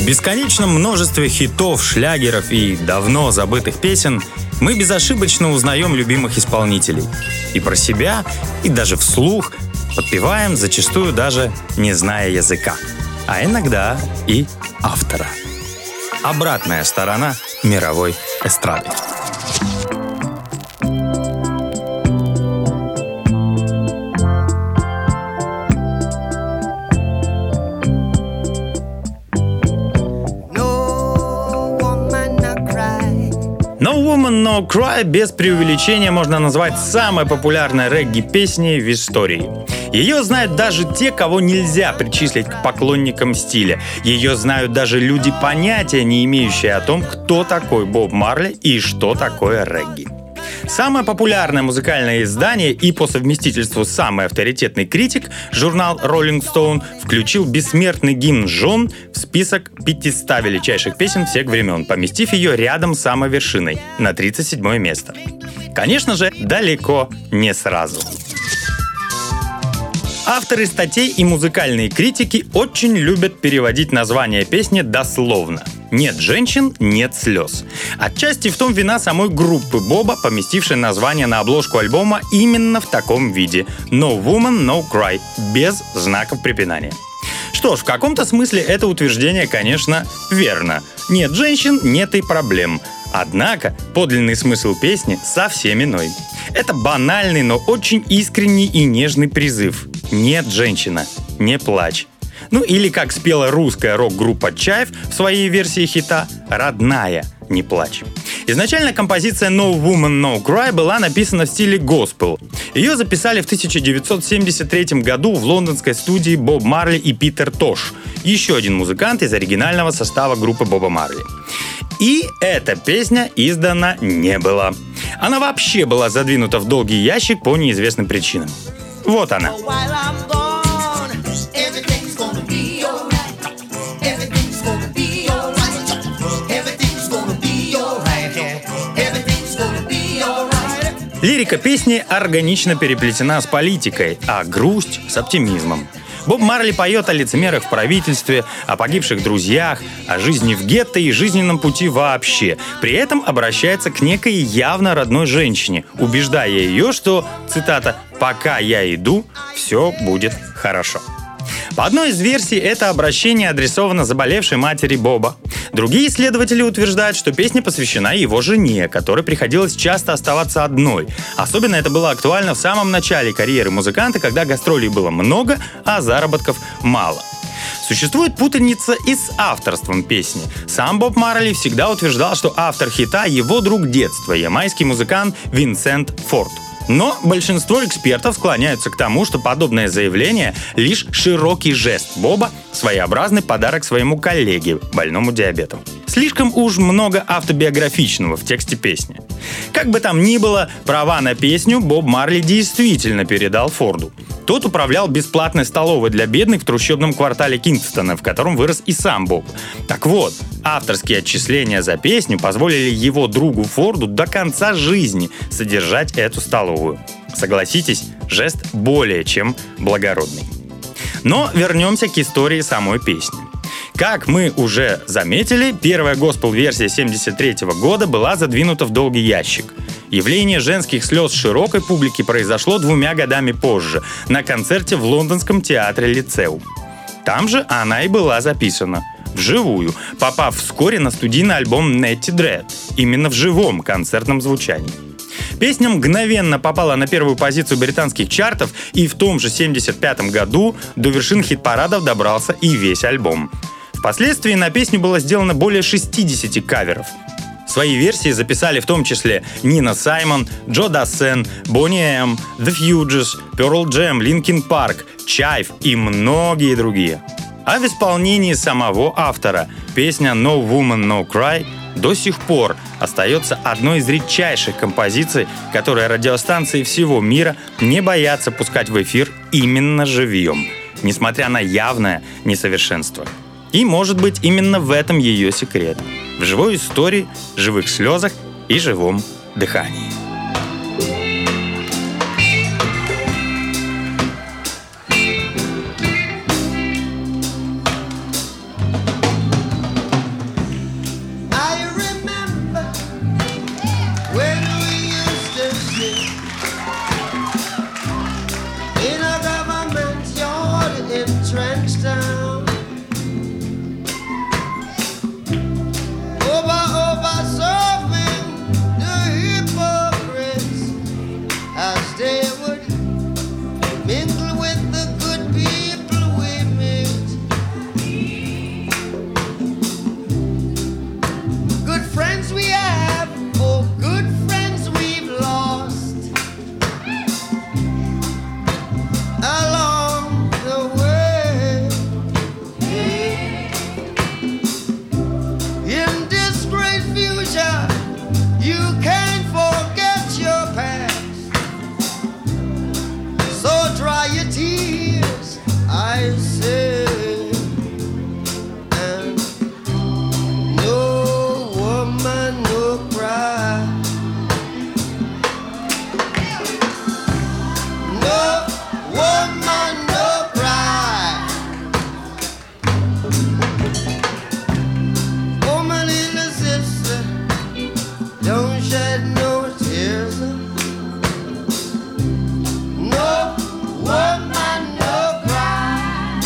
В бесконечном множестве хитов, шлягеров и давно забытых песен мы безошибочно узнаем любимых исполнителей. И про себя, и даже вслух подпеваем, зачастую даже не зная языка. А иногда и автора. Обратная сторона мировой эстрады. No Woman No Cry без преувеличения можно назвать самой популярной регги-песней в истории. Ее знают даже те, кого нельзя причислить к поклонникам стиля. Ее знают даже люди, понятия не имеющие о том, кто такой Боб Марли и что такое регги. Самое популярное музыкальное издание и по совместительству самый авторитетный критик, журнал Rolling Stone, включил бессмертный гимн «Жон» в список 500 величайших песен всех времен, поместив ее рядом с самой вершиной, на 37 место. Конечно же, далеко не сразу. Авторы статей и музыкальные критики очень любят переводить название песни дословно. «Нет женщин, нет слез». Отчасти в том вина самой группы Боба, поместившей название на обложку альбома именно в таком виде «No Woman, No Cry», без знаков препинания. Что ж, в каком-то смысле это утверждение, конечно, верно. Нет женщин, нет и проблем. Однако подлинный смысл песни совсем иной. Это банальный, но очень искренний и нежный призыв. «Нет, женщина, не плачь». Ну или, как спела русская рок-группа «Чайф» в своей версии хита, «Родная, не плачь». Изначально композиция No Woman No Cry была написана в стиле госпел. Ее записали в 1973 году в лондонской студии Боб Марли и Питер Тош, еще один музыкант из оригинального состава группы Боба Марли. И эта песня издана не была. Она вообще была задвинута в долгий ящик по неизвестным причинам. Вот она. Лирика песни органично переплетена с политикой, а грусть — с оптимизмом. Боб Марли поет о лицемерах в правительстве, о погибших друзьях, о жизни в гетто и жизненном пути вообще. При этом обращается к некой явно родной женщине, убеждая ее, что, цитата, «пока я иду, все будет хорошо». По одной из версий, это обращение адресовано заболевшей матери Боба. Другие исследователи утверждают, что песня посвящена его жене, которой приходилось часто оставаться одной. Особенно это было актуально в самом начале карьеры музыканта, когда гастролей было много, а заработков мало. Существует путаница и с авторством песни. Сам Боб Марли всегда утверждал, что автор хита — его друг детства, ямайский музыкант Винсент Форд. Но большинство экспертов склоняются к тому, что подобное заявление — лишь широкий жест Боба, своеобразный подарок своему коллеге, больному диабетом. Слишком уж много автобиографичного в тексте песни. Как бы там ни было, права на песню Боб Марли действительно передал Форду. Тот управлял бесплатной столовой для бедных в трущобном квартале Кингстона, в котором вырос и сам Боб. Так вот, авторские отчисления за песню позволили его другу Форду до конца жизни содержать эту столовую. Согласитесь, жест более чем благородный. Но вернемся к истории самой песни. Как мы уже заметили, первая госпел-версия 1973 года была задвинута в долгий ящик. Явление женских слез широкой публики произошло 2 годами позже, на концерте в лондонском театре Лицеум. Там же она и была записана. Вживую, попав вскоре на студийный альбом Nettie Dread, именно в живом концертном звучании. Песня мгновенно попала на первую позицию британских чартов, и в том же 1975 году до вершин хит-парадов добрался и весь альбом. Впоследствии на песню было сделано более 60 каверов. Свои версии записали в том числе Нина Саймон, Джо Дассен, Бонни Эм, The Fugees, Pearl Jam, Linkin Park, Чайф и многие другие. А в исполнении самого автора песня No Woman No Cry до сих пор остается одной из редчайших композиций, которые радиостанции всего мира не боятся пускать в эфир именно живьем, несмотря на явное несовершенство. И, может быть, именно в этом ее секрет. В живой истории, живых слезах и живом дыхании. trench town. Over serving the hypocrites as they would mingle with the good people we meet. Good friends we have, oh good friends we've lost along the way. In this great future, you can't forget your past. So dry your tears, I say, and no woman, no cry. No woman, no cry. Oh, my little sister, don't shed no tears. No woman, no cry.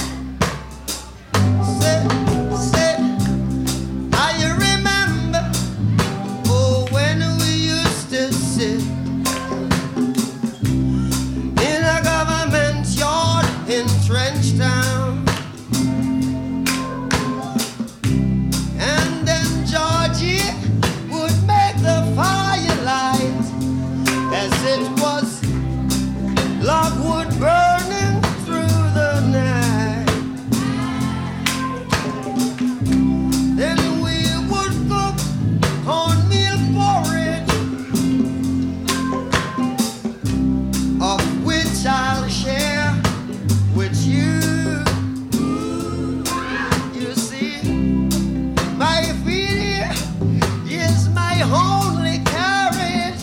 Say, how you remember, oh, when we used to sit in a government yard in Trench Town, and then Georgie would make the firelight as it was logwood burning through the night. Then we would cook cornmeal porridge, of which I'll share with you. You see, my feet here is my only carriage.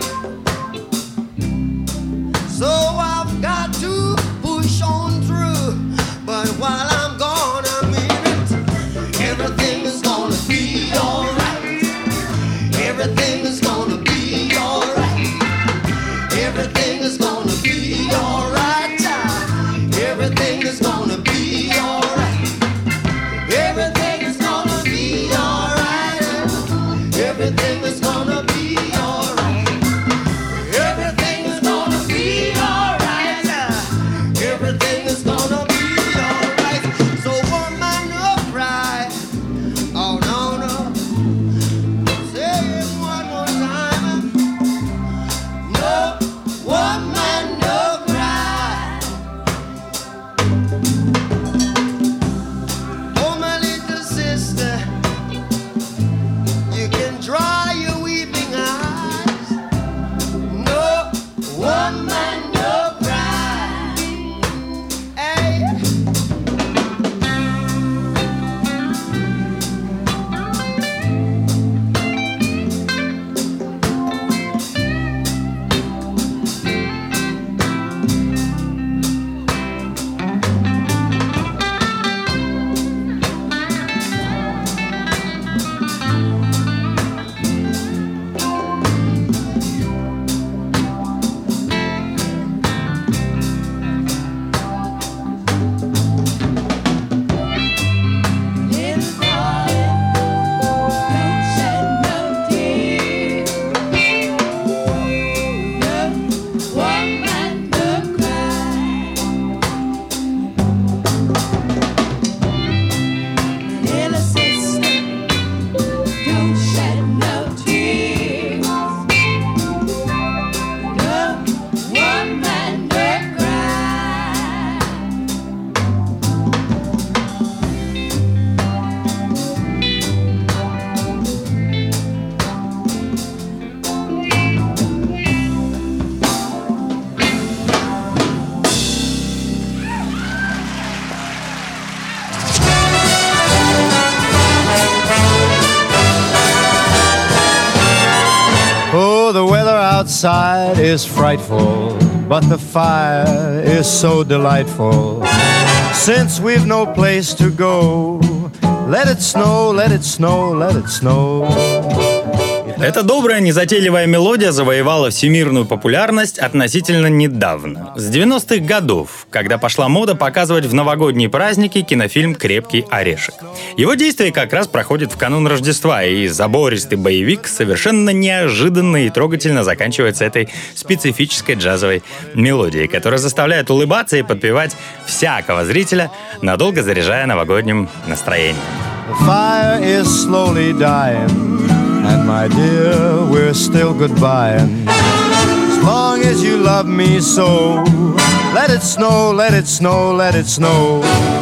So I've got to push on through. But while I'm gone, I mean it, everything is gonna be alright. Everything is gonna be alright. Everything is gonna be alright. Everything is gonna be alright. Everything is gonna be alright. Everything is gonna be alright. Everything is gonna be alright. Everything is gonna be alright. So woman, no cry. Oh no, no. Say it one more time. No woman, no cry. Oh, my little sister, you can dry your weeping eyes. No woman, no cry. Hey. outside is frightful, but the fire is so delightful. Since we've no place to go, let it snow, let it snow, let it snow. Эта добрая, незатейливая мелодия завоевала всемирную популярность относительно недавно, с 90-х годов, когда пошла мода показывать в новогодние праздники кинофильм «Крепкий орешек». Его действие как раз проходит в канун Рождества, и забористый боевик совершенно неожиданно и трогательно заканчивается этой специфической джазовой мелодией, которая заставляет улыбаться и подпевать всякого зрителя, надолго заряжая новогодним настроением. The fire is slowly dying, and my dear, we're still goodbying. As long as you love me so, let it snow, let it snow, let it snow.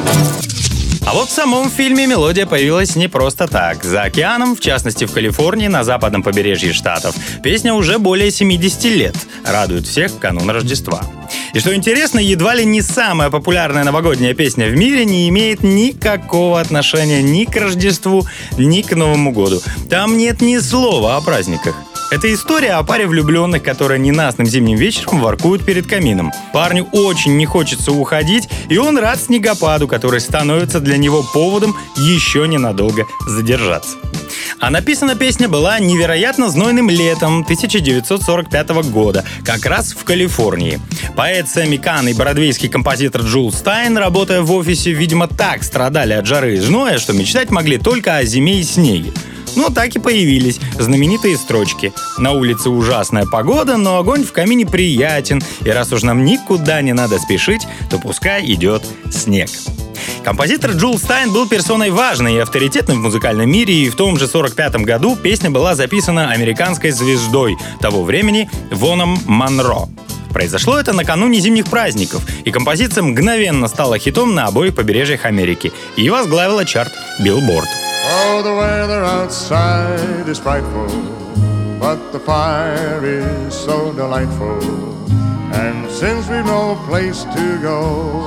А вот в самом фильме мелодия появилась не просто так. За океаном, в частности в Калифорнии, на западном побережье штатов, песня уже более 70 лет радует всех в канун Рождества. И что интересно, едва ли не самая популярная новогодняя песня в мире не имеет никакого отношения ни к Рождеству, ни к Новому году. Там нет ни слова о праздниках. Это история о паре влюбленных, которые ненастным зимним вечером воркуют перед камином. Парню очень не хочется уходить, и он рад снегопаду, который становится для него поводом еще ненадолго задержаться. А написана песня была невероятно знойным летом 1945 года, как раз в Калифорнии. Поэт Сэмми Кан и бродвейский композитор Джул Стайн, работая в офисе, видимо, так страдали от жары и зноя, что мечтать могли только о зиме и снеге. Ну, так и появились знаменитые строчки. На улице ужасная погода, но огонь в камине приятен, и раз уж нам никуда не надо спешить, то пускай идет снег. Композитор Джул Стайн был персоной важной и авторитетной в музыкальном мире, и в том же 1945 году песня была записана американской звездой того времени Воном Монро. Произошло это накануне зимних праздников, и композиция мгновенно стала хитом на обоих побережьях Америки и возглавила чарт Billboard. Oh, the weather outside is frightful, but the fire is so delightful. And since we've no place to go,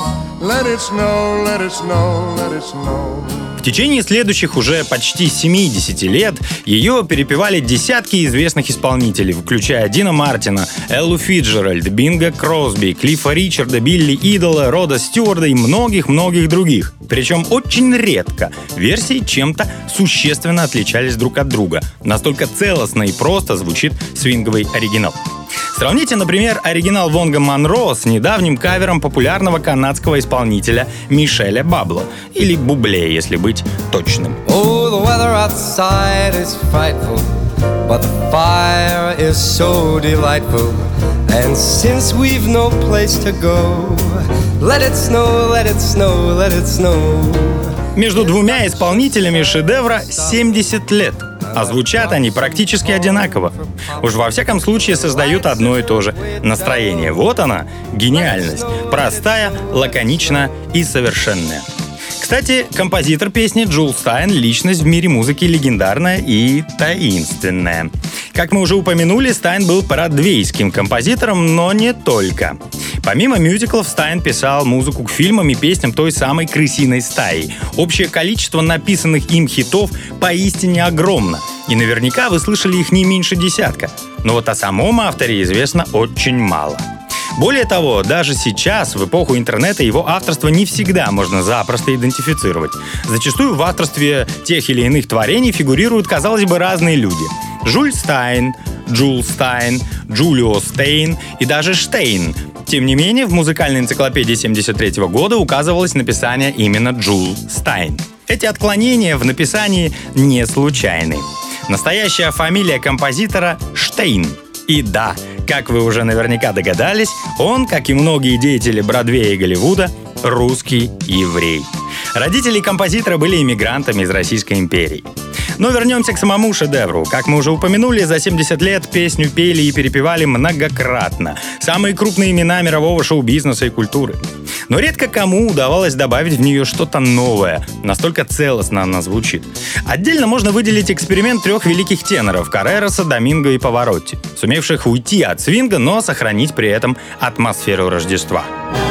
let it snow, let it snow, let it snow. В течение следующих уже почти 70 лет ее перепевали десятки известных исполнителей, включая Дина Мартина, Эллу Фицджеральд, Бинго Кросби, Клиффа Ричарда, Билли Идола, Рода Стюарда и многих-многих других. Причем очень редко версии чем-то существенно отличались друг от друга. Настолько целостно и просто звучит свинговый оригинал. Сравните, например, оригинал Вонга Монро с недавним кавером популярного канадского исполнителя Мишеля Бабло, или Бубле, если быть точным. Oh, the weather outside is frightful, but the fire is so delightful. And since we've no place to go, let it snow, let it snow, let it snow. Между двумя исполнителями шедевра 70 лет. А звучат они практически одинаково. Уж во всяком случае создают одно и то же настроение. Вот она, гениальность. Простая, лаконичная и совершенная. Кстати, композитор песни Джул Стайн — личность в мире музыки легендарная и таинственная. Как мы уже упомянули, Стайн был бродвейским композитором, но не только. Помимо мюзиклов, Стайн писал музыку к фильмам и песням той самой «Крысиной стаи». Общее количество написанных им хитов поистине огромно, и наверняка вы слышали их не меньше десятка. Но вот о самом авторе известно очень мало. Более того, даже сейчас, в эпоху интернета, его авторство не всегда можно запросто идентифицировать. Зачастую в авторстве тех или иных творений фигурируют, казалось бы, разные люди. Жюль Стайн, Джул Стайн, Джулио Стейн и даже Штейн. Тем не менее, в музыкальной энциклопедии 1973 года указывалось написание именно Джул Стайн. Эти отклонения в написании не случайны. Настоящая фамилия композитора — Штейн. И да, как вы уже наверняка догадались, он, как и многие деятели Бродвея и Голливуда, русский еврей. Родители композитора были иммигрантами из Российской империи. Но вернемся к самому шедевру. Как мы уже упомянули, за 70 лет песню пели и перепевали многократно. Самые крупные имена мирового шоу-бизнеса и культуры. Но редко кому удавалось добавить в нее что-то новое. Настолько целостно она звучит. Отдельно можно выделить эксперимент трех великих теноров — Каррероса, Доминго и Паваротти, сумевших уйти от свинга, но сохранить при этом атмосферу Рождества.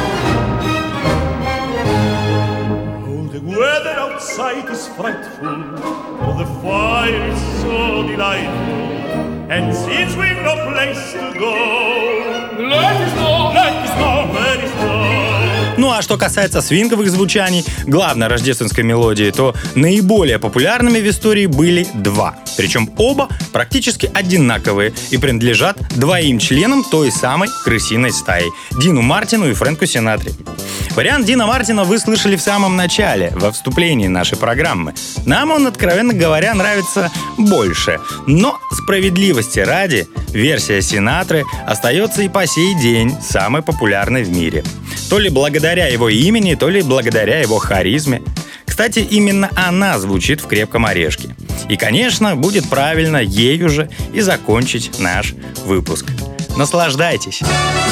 Sight is frightful, oh, the fire is so delightful, and since we've no place to go, let it snow, let it snow, let it snow. Ну а что касается свинговых звучаний главной рождественской мелодии, то наиболее популярными в истории были два. Причем оба практически одинаковые и принадлежат двоим членам той самой крысиной стаи – Дину Мартину и Фрэнку Синатре. Вариант Дина Мартина вы слышали в самом начале, во вступлении нашей программы. Нам он, откровенно говоря, нравится больше. Но справедливости ради, версия Синатры остается и по сей день самой популярной в мире. То ли благодаря его имени, то ли благодаря его харизме. Кстати, именно она звучит в «Крепком орешке». И, конечно, будет правильно ею же и закончить наш выпуск. Наслаждайтесь!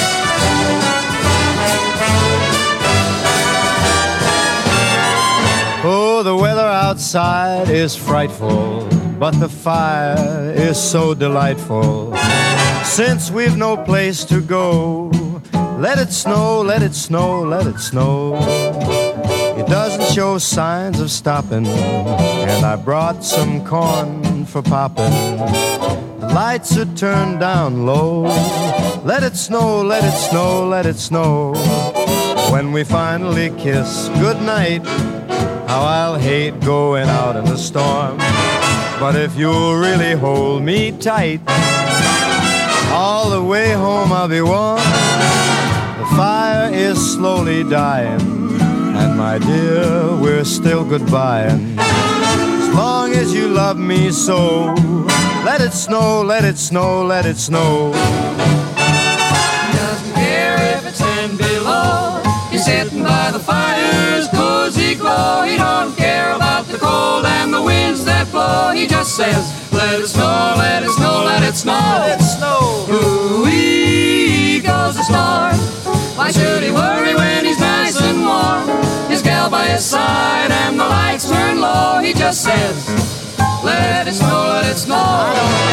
Oh, the weather outside is frightful, but the fire is so delightful. Since we've no place to go, let it snow, let it snow, let it snow. It doesn't show signs of stopping, and I brought some corn for popping. The lights are turned down low. Let it snow, let it snow, let it snow. When we finally kiss goodnight, how I'll hate going out in the storm. But if you'll really hold me tight, all the way home I'll be warm. The fire is slowly dying, and my dear, we're still goodbying. As long as you love me so, let it snow, let it snow, let it snow. He doesn't care if it's 10 below. He's sitting by the fire's cozy glow. He don't care about the cold and the winds that blow. He just says, let it snow, let it snow, let it snow. Let it snow. Ooh-wee goes the storm. Why should he worry when he's nice and warm? His gal by his side and the lights turn low. He just says, let it snow, let it snow.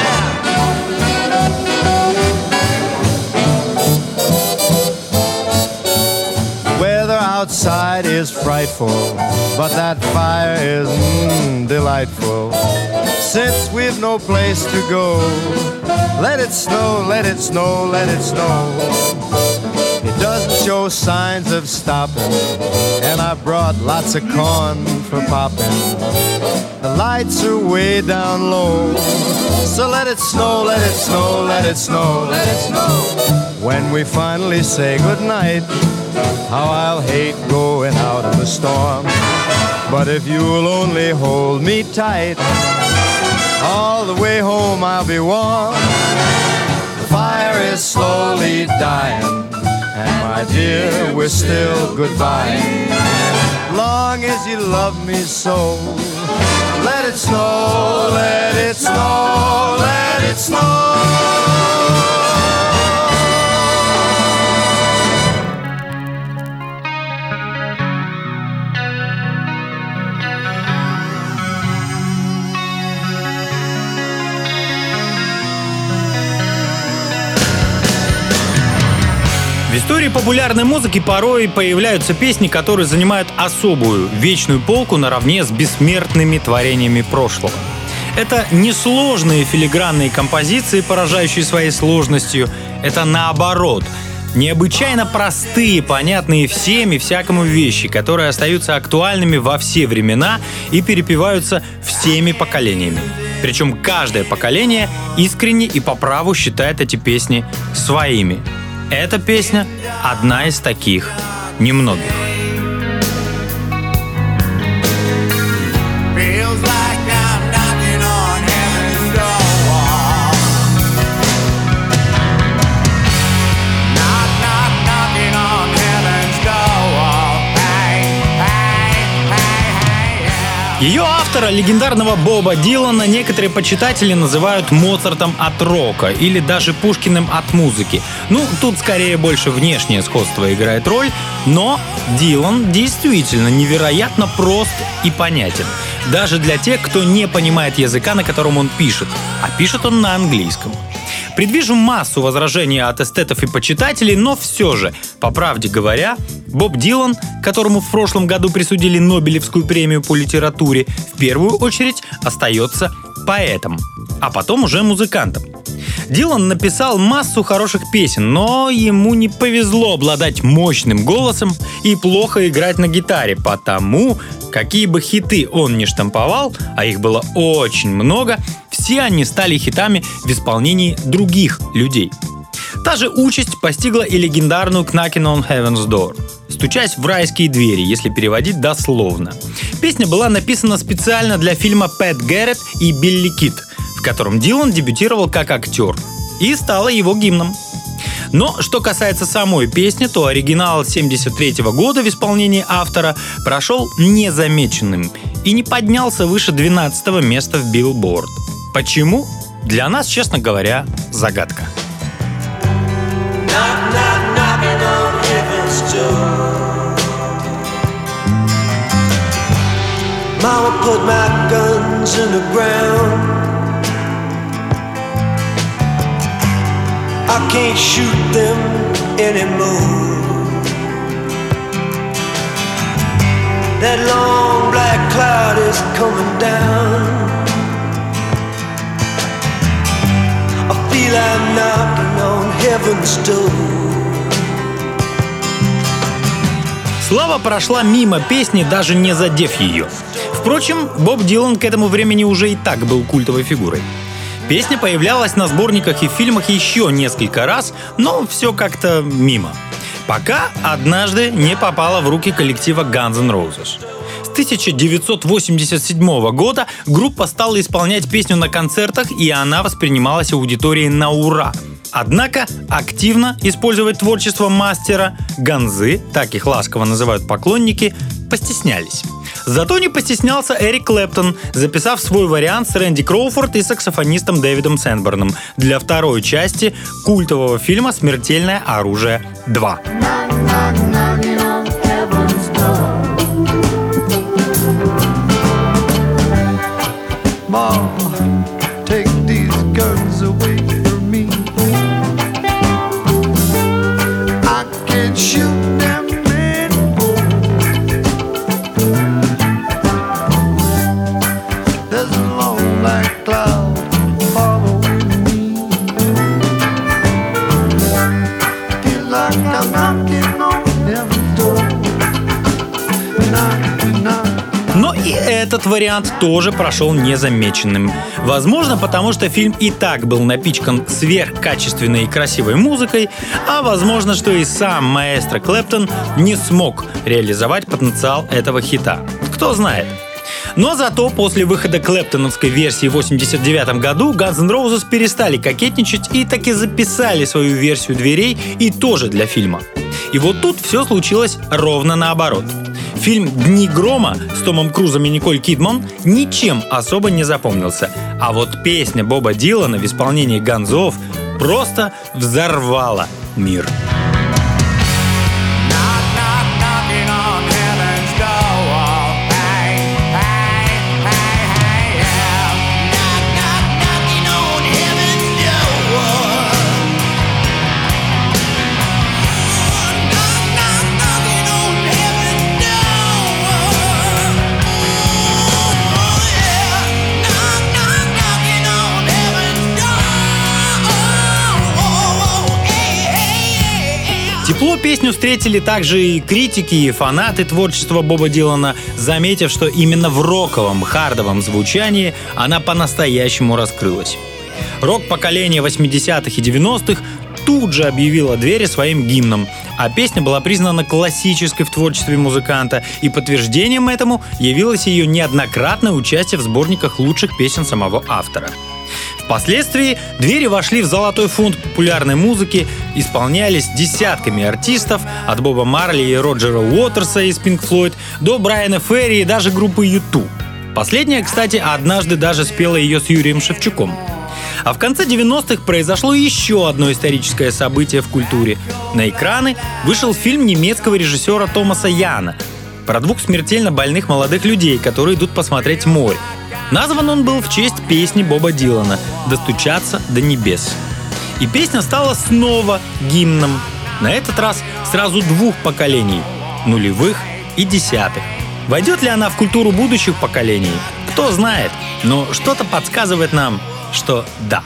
Weather outside is frightful, but that fire is delightful. Since we've no place to go, let it snow, let it snow, let it snow. It doesn't show signs of stopping, and I brought lots of corn for popping. The lights are way down low, so let it snow, let it snow, let it snow, Let it snow. When we finally say goodnight, how I'll hate going out in the storm. But if you'll only hold me tight, all the way home I'll be warm. The fire is slowly dying, and my dear, we're still goodbye. Long as you love me so, let it snow, let it snow, let it snow. В истории популярной музыки порой появляются песни, которые занимают особую, вечную полку наравне с бессмертными творениями прошлого. Это несложные филигранные композиции, поражающие своей сложностью. Это наоборот, необычайно простые, понятные всем и всякому вещи, которые остаются актуальными во все времена и перепеваются всеми поколениями. Причем каждое поколение искренне и по праву считает эти песни своими. Эта песня — одна из таких немногих. Ее автора, легендарного Боба Дилана, некоторые почитатели называют Моцартом от рока или даже Пушкиным от музыки. Ну, тут скорее больше внешнее сходство играет роль, но Дилан действительно невероятно прост и понятен. Даже для тех, кто не понимает языка, на котором он пишет. А пишет он на английском. Предвижу массу возражений от эстетов и почитателей, но все же, по правде говоря, Боб Дилан, которому в прошлом году присудили Нобелевскую премию по литературе, в первую очередь остается поэтом, а потом уже музыкантом. Дилан написал массу хороших песен, но ему не повезло обладать мощным голосом и плохо играть на гитаре, потому какие бы хиты он ни штамповал, а их было очень много, все они стали хитами в исполнении других людей. Та же участь постигла и легендарную «Knocking on Heaven's Door», «Стучась в райские двери», если переводить дословно. Песня была написана специально для фильма «Пэт Гэрретт и Билли Кид», в котором Дилан дебютировал как актер, и стала его гимном. Но что касается самой песни, то оригинал 1973 года в исполнении автора прошел незамеченным и не поднялся выше 12 места в Billboard. Почему? Для нас, честно говоря, загадка. Mama put my guns in the ground. I can't shoot them anymore. That long black cloud is coming down. I feel I'm knocking on heaven's door. Слава прошла мимо песни, даже не задев ее. Впрочем, Боб Дилан к этому времени уже и так был культовой фигурой. Песня появлялась на сборниках и фильмах еще несколько раз, но все как-то мимо. Пока однажды не попала в руки коллектива Guns N' Roses. С 1987 года группа стала исполнять песню на концертах, и она воспринималась аудиторией на ура. Однако активно использовать творчество мастера ганзы, так их ласково называют поклонники, постеснялись. Зато не постеснялся Эрик Клэптон, записав свой вариант с Рэнди Кроуфорд и саксофонистом Дэвидом Сэндберном для второй части культового фильма «Смертельное оружие 2». Но и этот вариант тоже прошел незамеченным. Возможно, потому что фильм и так был напичкан сверхкачественной и красивой музыкой, а возможно, что и сам маэстро Клэптон не смог реализовать потенциал этого хита. Кто знает. Но зато после выхода клэптоновской версии в 1989 году Guns N' Roses перестали кокетничать и таки записали свою версию «Дверей» и тоже для фильма. И вот тут все случилось ровно наоборот. Фильм «Дни грома» с Томом Крузом и Николь Кидман ничем особо не запомнился. А вот песня Боба Дилана в исполнении ганзов просто взорвала мир. Тепло песню встретили также и критики, и фанаты творчества Боба Дилана, заметив, что именно в роковом, хардовом звучании она по-настоящему раскрылась. Рок-поколение 80-х и 90-х тут же объявило двери своим гимном, а песня была признана классической в творчестве музыканта, и подтверждением этому явилось ее неоднократное участие в сборниках лучших песен самого автора. Впоследствии двери вошли в золотой фонд популярной музыки, исполнялись десятками артистов, от Боба Марли и Роджера Уотерса из Pink Floyd до Брайана Ферри и даже группы U2. Последняя, кстати, однажды даже спела ее с Юрием Шевчуком. А в конце 90-х произошло еще одно историческое событие в культуре. На экраны вышел фильм немецкого режиссера Томаса Яна про двух смертельно больных молодых людей, которые идут посмотреть море. Назван он был в честь песни Боба Дилана «Достучаться до небес». И песня стала снова гимном. На этот раз сразу двух поколений – нулевых и десятых. Войдет ли она в культуру будущих поколений? Кто знает, но что-то подсказывает нам, что да.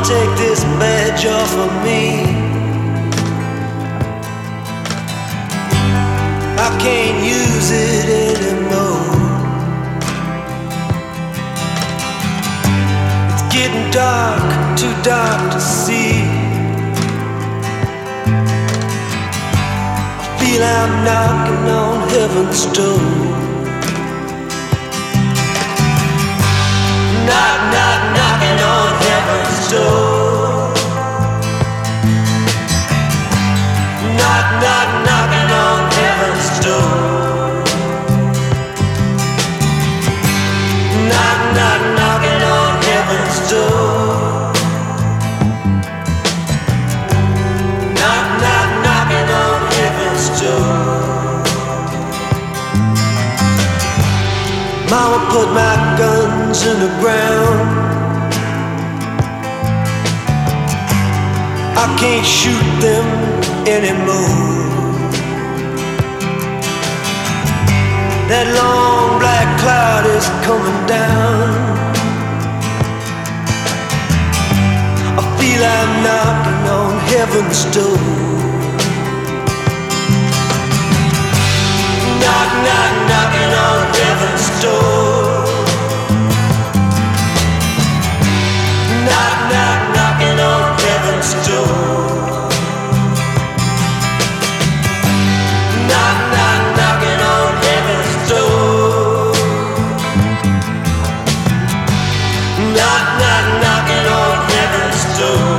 take this badge off of me. I can't use it anymore. It's getting dark, too dark to see. I feel I'm knocking on heaven's door. Knock, knock, knocking on heaven's door. Knock, knock, knocking on heaven's door. Knock, knock, knocking on heaven's door. Knock, knock, knocking on heaven's door. Mama put my guns in the ground. I can't shoot them anymore. That long black cloud is coming down. I feel I'm knocking on heaven's door. Knock, knock, knocking on heaven's door. Knock, knock, knocking on heaven's door. Knock, knock, knocking on heaven's door. Knock, knock, knocking on heaven's door.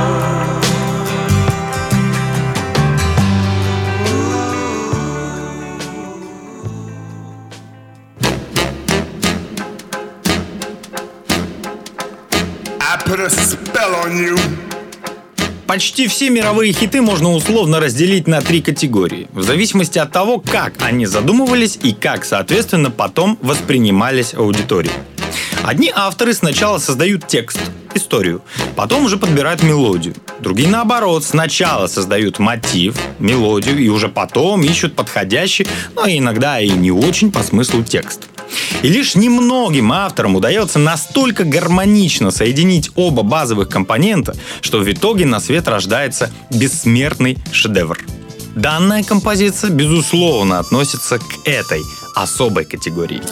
Put a spell on you. Почти все мировые хиты можно условно разделить на 3 категории, в зависимости от того, как они задумывались и как, соответственно, потом воспринимались аудиторией. Одни авторы сначала создают текст, историю, потом уже подбирают мелодию. Другие, наоборот, сначала создают мотив, мелодию и уже потом ищут подходящий, но иногда и не очень по смыслу текст. И лишь немногим авторам удается настолько гармонично соединить оба базовых компонента, что в итоге на свет рождается бессмертный шедевр. Данная композиция, безусловно, относится к этой особой категории.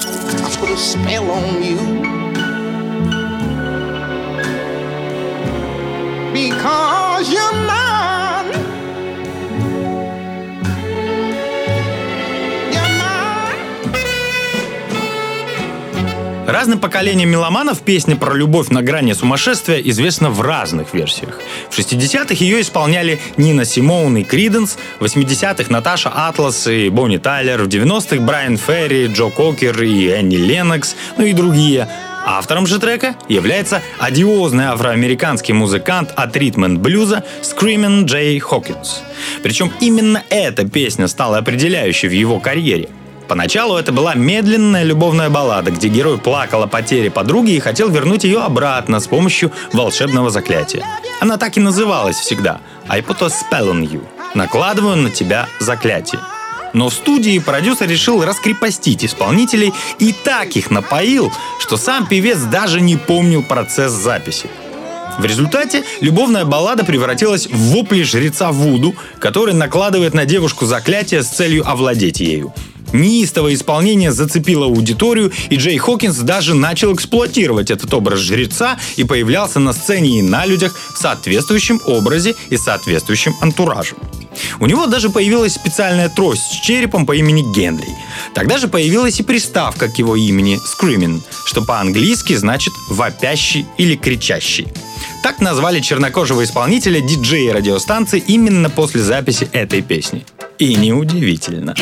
Разным поколениям меломанов песня про любовь на грани сумасшествия известна в разных версиях. В 60-х ее исполняли Нина Симоун и Криденс, в 80-х Наташа Атлас и Бонни Тайлер, в 90-х Брайан Ферри, Джо Кокер и Энни Леннокс, ну и другие. Автором же трека является одиозный афроамериканский музыкант от ритм-энд-блюза Screamin' Джей Хокинс. Причем именно эта песня стала определяющей в его карьере. Поначалу это была медленная любовная баллада, где герой плакал о потере подруги и хотел вернуть ее обратно с помощью волшебного заклятия. Она так и называлась всегда «I put a spell on you» — «накладываю на тебя заклятие». Но в студии продюсер решил раскрепостить исполнителей и так их напоил, что сам певец даже не помнил процесс записи. В результате любовная баллада превратилась в вопли жреца Вуду, который накладывает на девушку заклятие с целью овладеть ею. Неистовое исполнение зацепило аудиторию, и Джей Хокинс даже начал эксплуатировать этот образ жреца и появлялся на сцене и на людях в соответствующем образе и соответствующем антуражем. У него даже появилась специальная трость с черепом по имени Генри. Тогда же появилась и приставка к его имени «Screamin'», что по-английски значит «вопящий» или «кричащий». Так назвали чернокожего исполнителя диджеи радиостанции именно после записи этой песни. И неудивительно.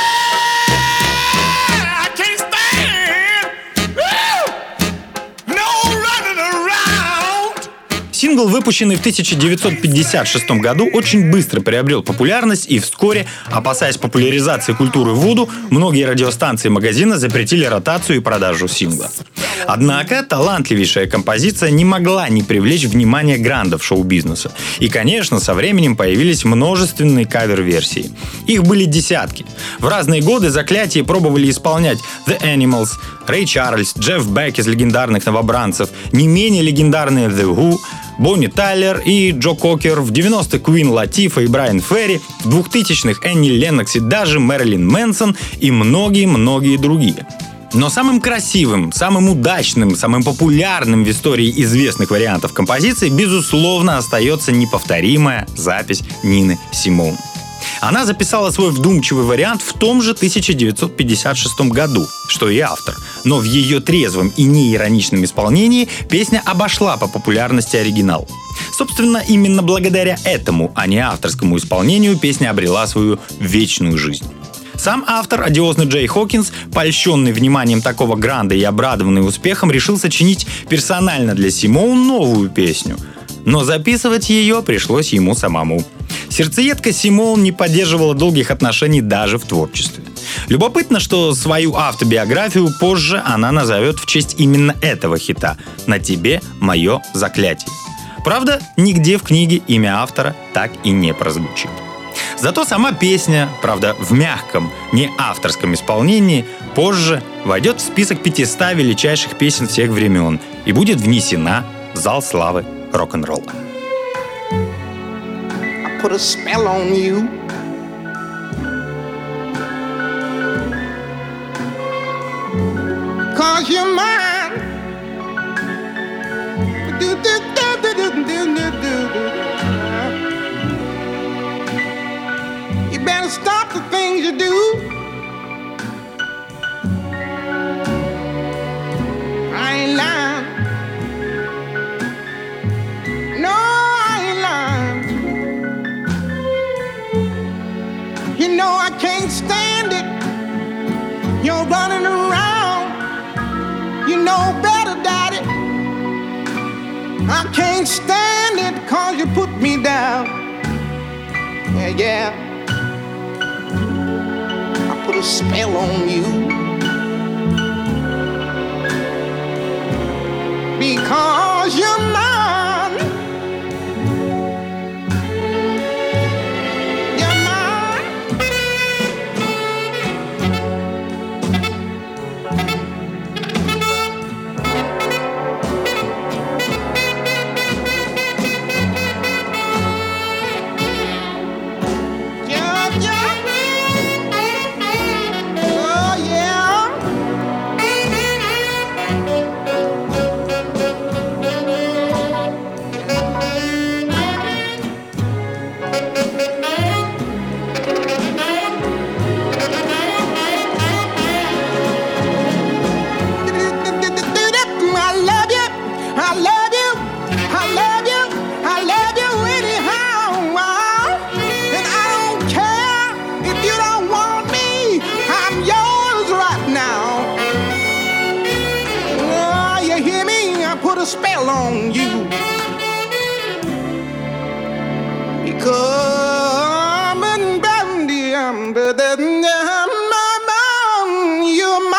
Сингл, выпущенный в 1956 году, очень быстро приобрел популярность, и вскоре, опасаясь популяризации культуры вуду, многие радиостанции и магазины запретили ротацию и продажу сингла. Однако талантливейшая композиция не могла не привлечь внимание грандов шоу-бизнеса. И, конечно, со временем появились множественные кавер-версии. Их были десятки. В разные годы заклятие пробовали исполнять The Animals, Рэй Чарльз, Джефф Бек из легендарных новобранцев, не менее легендарные The Who, Бонни Тайлер и Джо Кокер, в 90-х Куин Латифа и Брайан Ферри, в 2000-х Энни Леннокс и даже Мэрилин Мэнсон и многие-многие другие. Но самым красивым, самым удачным, самым популярным в истории известных вариантов композиции, безусловно, остается неповторимая запись Нины Симоун. Она записала свой вдумчивый вариант в том же 1956 году, что и автор. Но в ее трезвом и неироничном исполнении песня обошла по популярности оригинал. Собственно, именно благодаря этому, а не авторскому исполнению, песня обрела свою вечную жизнь. Сам автор, одиозный Джей Хокинс, польщенный вниманием такого гранда и обрадованный успехом, решил сочинить персонально для Симоун новую песню. Но записывать ее пришлось ему самому. Сердцеедка Симоун не поддерживала долгих отношений даже в творчестве. Любопытно, что свою автобиографию позже она назовет в честь именно этого хита «На тебе мое заклятие». Правда, нигде в книге имя автора так и не прозвучит. Зато сама песня, правда, в мягком, не авторском исполнении, позже войдет в список 500 величайших песен всех времен и будет внесена в зал славы рок-н-ролла. Put a spell on you. Cause you're mine. You better stop the things you do. I ain't lying. No, I ain't lying. You know I can't stand it. You're running around. You know better, Daddy. I can't stand it 'cause you put me down. Yeah, yeah. I put a spell on you. Because you're mine. Spell on you because you're mine.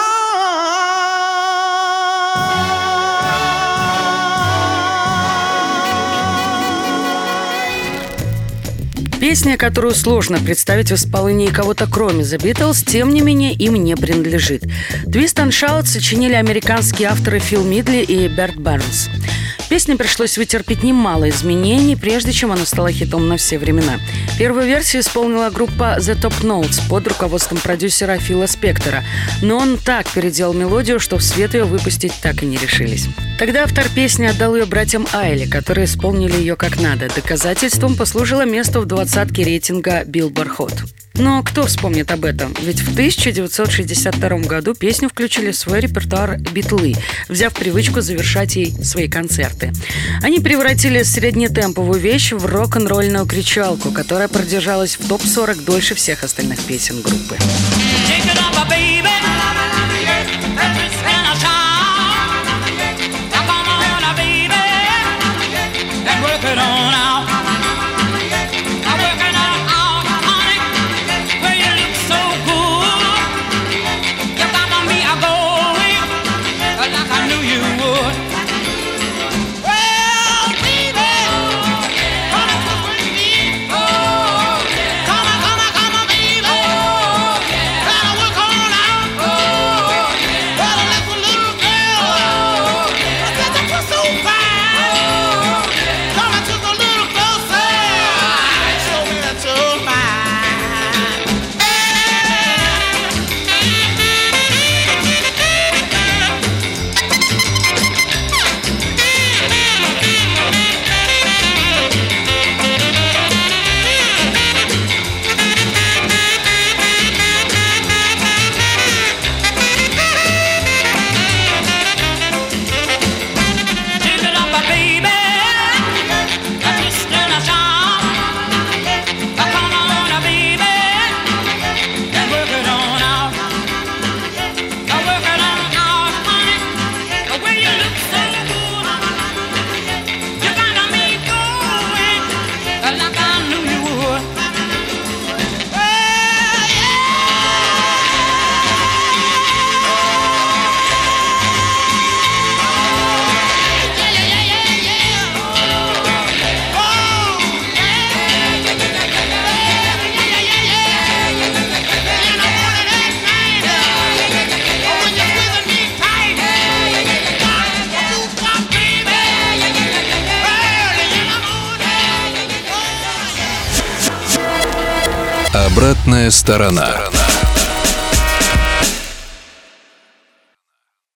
Песня, которую сложно представить в исполнении кого-то кроме The Beatles, тем не менее им не принадлежит. Twist and Shout сочинили американские авторы Фил Мидли и Берт Бернс. Песне пришлось вытерпеть немало изменений, прежде чем она стала хитом на все времена. Первую версию исполнила группа The Top Notes под руководством продюсера Фила Спектора, но он так переделал мелодию, что в свет ее выпустить так и не решились. Тогда автор песни отдал ее братьям Айли, которые исполнили ее как надо. Доказательством послужило место в 20-ке рейтинга Billboard Hot. Но кто вспомнит об этом? Ведь в 1962 году песню включили в свой репертуар Битлы, взяв привычку завершать ей свои концерты. Они превратили среднетемповую вещь в рок-н-ролльную кричалку, которая продержалась в топ-40 дольше всех остальных песен группы. Girl, Обратная сторона.